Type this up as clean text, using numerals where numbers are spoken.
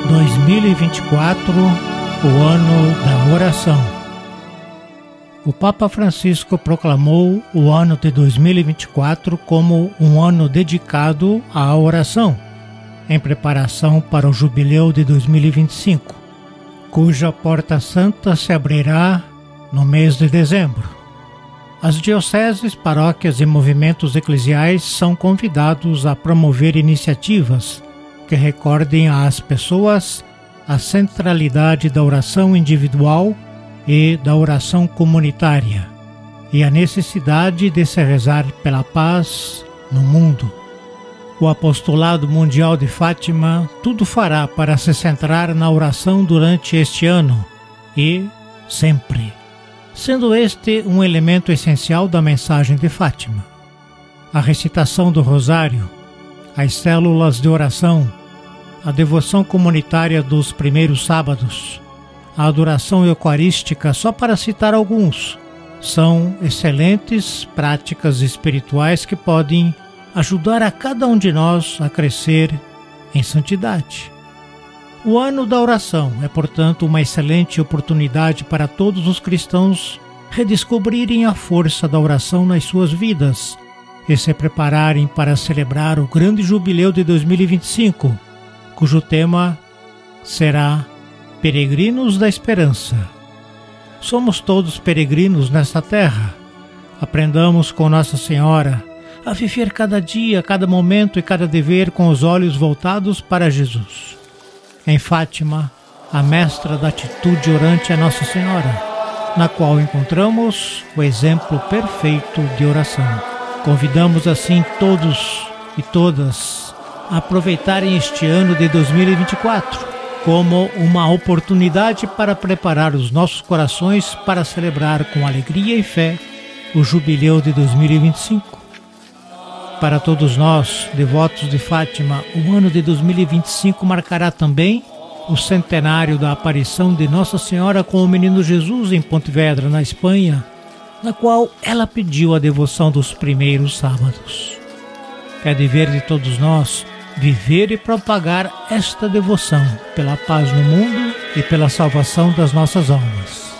2024, o ano da oração. O Papa Francisco proclamou o ano de 2024 como um ano dedicado à oração, em preparação para o jubileu de 2025, cuja porta santa se abrirá no mês de dezembro. As dioceses, paróquias e movimentos eclesiais são convidados a promover iniciativas que recordem às pessoas a centralidade da oração individual e da oração comunitária, e a necessidade de se rezar pela paz no mundo. O Apostolado Mundial de Fátima tudo fará para se centrar na oração durante este ano e sempre, sendo este um elemento essencial da mensagem de Fátima. A recitação do rosário, as células de oração, a devoção comunitária dos primeiros sábados, a adoração eucarística, só para citar alguns, são excelentes práticas espirituais que podem ajudar a cada um de nós a crescer em santidade. O ano da oração é, portanto, uma excelente oportunidade para todos os cristãos redescobrirem a força da oração nas suas vidas e se prepararem para celebrar o grande jubileu de 2025, cujo tema será Peregrinos da Esperança. Somos todos peregrinos nesta terra. Aprendamos com Nossa Senhora a viver cada dia, cada momento e cada dever com os olhos voltados para Jesus. Em Fátima, a mestra da atitude orante é Nossa Senhora, na qual encontramos o exemplo perfeito de oração. Convidamos assim todos e todas a aproveitarem este ano de 2024 como uma oportunidade para preparar os nossos corações para celebrar com alegria e fé o jubileu de 2025. Para todos nós, devotos de Fátima, o ano de 2025 marcará também o centenário da aparição de Nossa Senhora com o menino Jesus em Pontevedra, na Espanha, na qual ela pediu a devoção dos primeiros sábados. É dever de todos nós viver e propagar esta devoção pela paz no mundo e pela salvação das nossas almas.